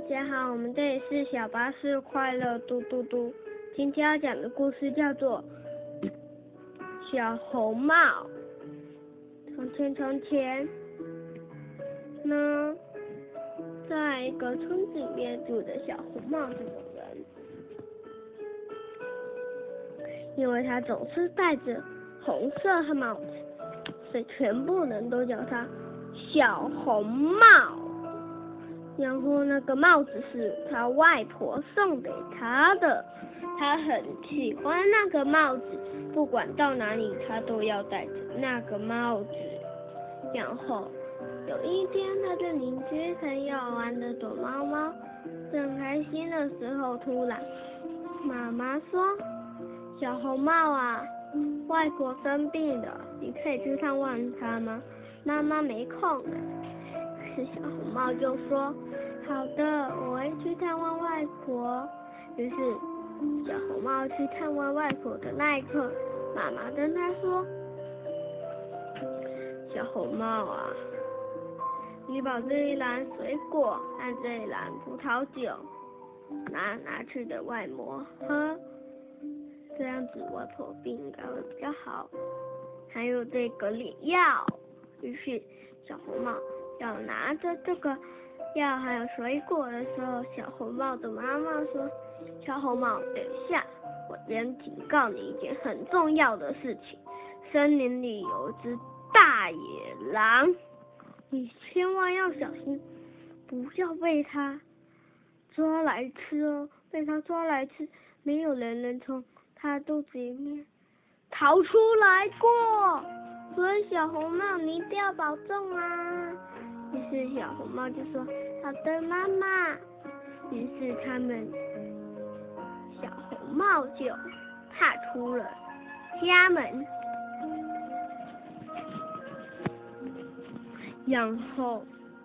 家好，我们这里是小巴士快乐嘟嘟嘟。今天要讲的故事叫做小红帽。从前呢，在一个村子里面住着小红帽这种人，因为他总是戴着红色的帽子，所以全部人都叫他小红帽。然后那个帽子是他外婆送给他的，他很喜欢那个帽子，不管到哪里他都要戴着那个帽子。然后有一天，他的邻居很要玩的躲猫猫，正开心的时候，突然妈妈说：“小红帽啊，外婆生病了，你可以去探望她吗？妈妈没空。”是小红帽就说：“好的，我会去探望外婆。”于是小红帽去探望外婆的那一刻，妈妈跟他说：“小红帽啊，你把这一篮水果和这一篮葡萄酒拿去给外婆喝，这样子外婆病应该会比较好。还有这个脸药。”于是小红帽要拿着这个药还有水果的时候，小红帽的妈妈说：“小红帽，等一下，我先警告你一件很重要的事情，森林里有一只大野狼，你千万要小心，不要被它抓来吃哦。被它抓来吃，没有人能从它肚子里面逃出来过。所以小红帽，你一定要保重啊！”于是小红帽就说：“好的，妈妈。”于是他们小红帽就踏出了家门，然后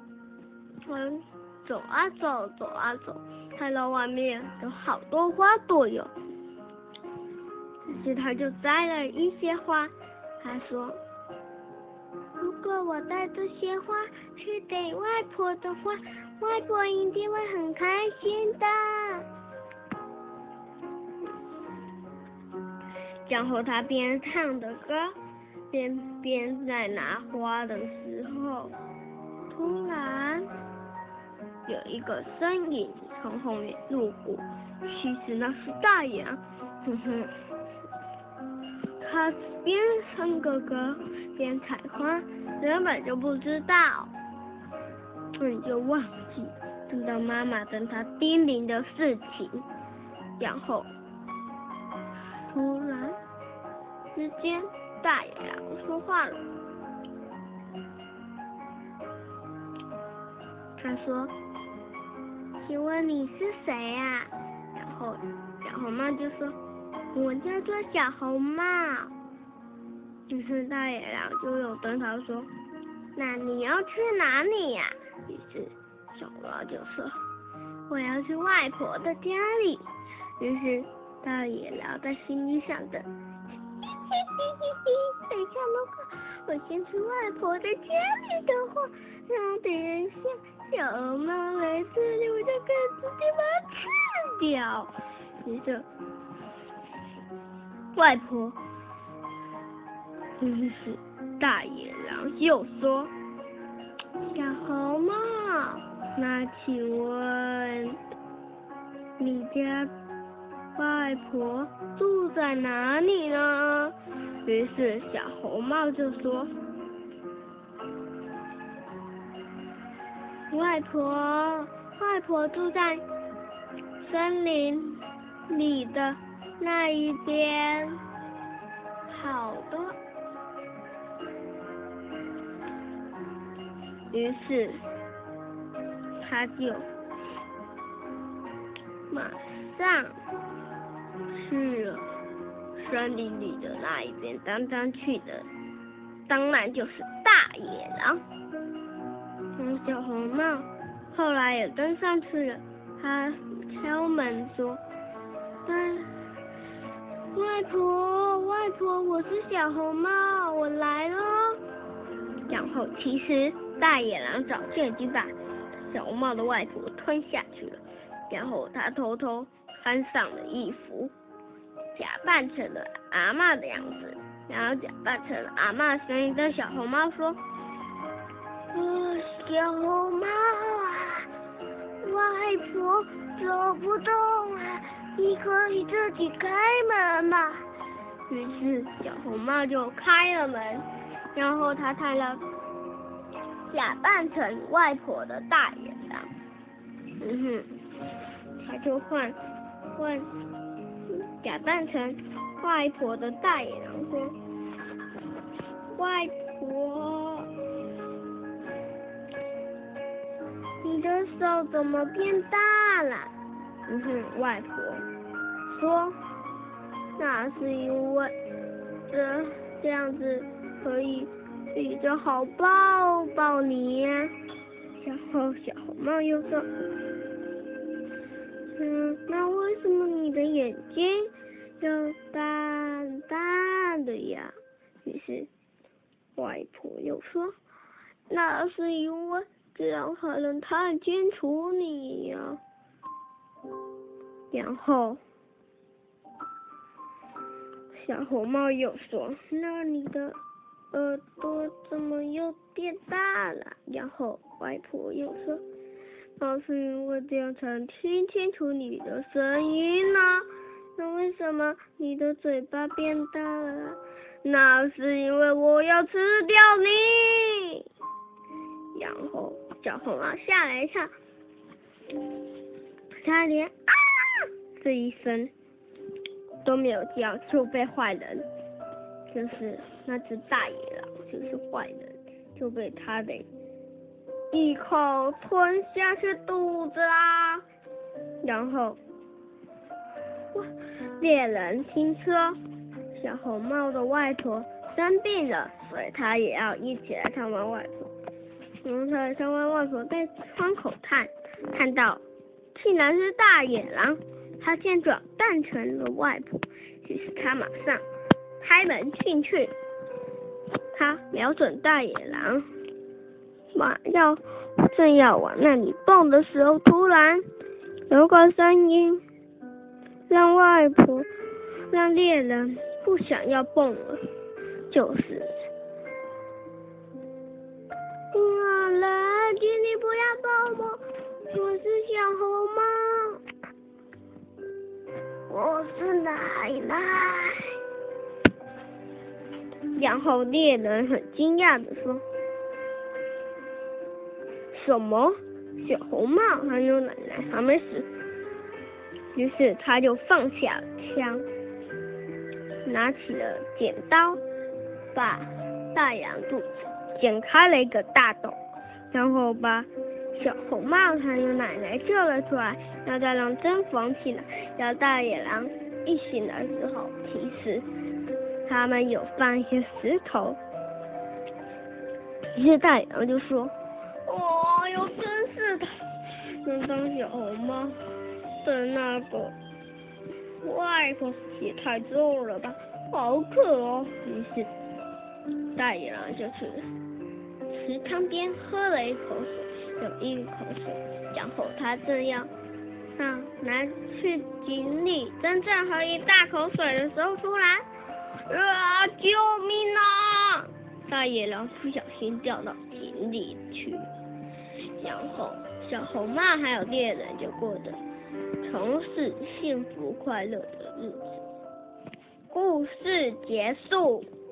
走啊走，走啊走，看到外面有好多花朵哟。于是他就摘了一些花，他说：“如果我带这些花去给外婆的话，外婆一定会很开心的。”然后他边唱着歌，边在拿花的时候，突然有一个身影从后面路过，其实那是大野狼。他边唱歌边采花，根本就不知道，就忘记听到妈妈跟他叮咛的事情。然后突然之间，大野狼说话了，他说：“请问你是谁啊？”然后小红帽就说：“我叫做小红帽。”于是大野狼就有跟他说：“那你要去哪里呀？”于是小红帽就说：“我要去外婆的家里。”于是大野狼在心里想着：“等一下，如果我先去外婆的家里的话，然后等一下小红帽来这里，我就可以直接把它吃掉。”于是外婆，于是大野狼又说：“小红帽，那请问你家外婆住在哪里呢？”于是小红帽就说：“外婆住在森林里的那一边。”好的。于是他就马上去了森林里的那一边，去的当然就是大野狼。小红帽后来也跟上去了，他敲门说：“外婆，我是小红帽，我来了。”然后其实大野狼早就已经把小红帽的外婆吞下去了，然后他偷偷穿上了衣服，假扮成了阿嬷的样子，然后假扮成了阿嬷声音跟小红帽说：“小红帽啊，外婆走不动啊，你可以自己开门嘛。”于是小红帽就开了门，然后他看到假扮成外婆的大野狼，他就换假扮成外婆的大野狼说：“外婆，你的手怎么变大了？”外婆说：“那是因为这样子可以比较好抱抱你呀。”然后小红帽又说：“那为什么你的眼睛又淡淡的呀？”于是外婆又说：“那是因为这样才能看清楚你呀。”然后小红帽又说：“那你的耳朵怎么又变大了？”然后外婆又说：“那是因为这样才能听清楚你的声音呢。”那为什么你的嘴巴变大了？那是因为我要吃掉你。然后小红帽下来唱，他连这一声都没有叫，就被坏人，就是那只大野狼，就是坏人，就被他给一口吞下去肚子啦。然后猎人听说小红帽的外婆生病了，所以他也要一起来探望外婆。他来探望外婆，在窗口看到竟然是大野狼，他先转扮成了外婆，于是他马上开门进去，他瞄准大野狼，正要往那里蹦的时候，突然有个声音让猎人不想要蹦了，就是来，请你不要抱我，我是小红帽，我是奶奶。然后猎人很惊讶的说：“什么？小红帽还有奶奶还没死？”于是他就放下了枪，拿起了剪刀，把大野狼肚子剪开了一个大洞，然后把小红帽还有奶奶救了出来，让大野狼真疯起来。然后大野狼一醒来之后，其实他们有放一些石头，于是大野狼就说：“哦哟，真是的，能当小红帽的那个外婆也太重了吧，好渴哦。”于是大野狼就去池塘边喝了一口水，有一口水，然后他正要拿去井里真正喝一大口水的时候，突然救命啊！大野狼不小心掉到井里去，然后小红帽还有猎人就过着从此幸福快乐的日子。故事结束。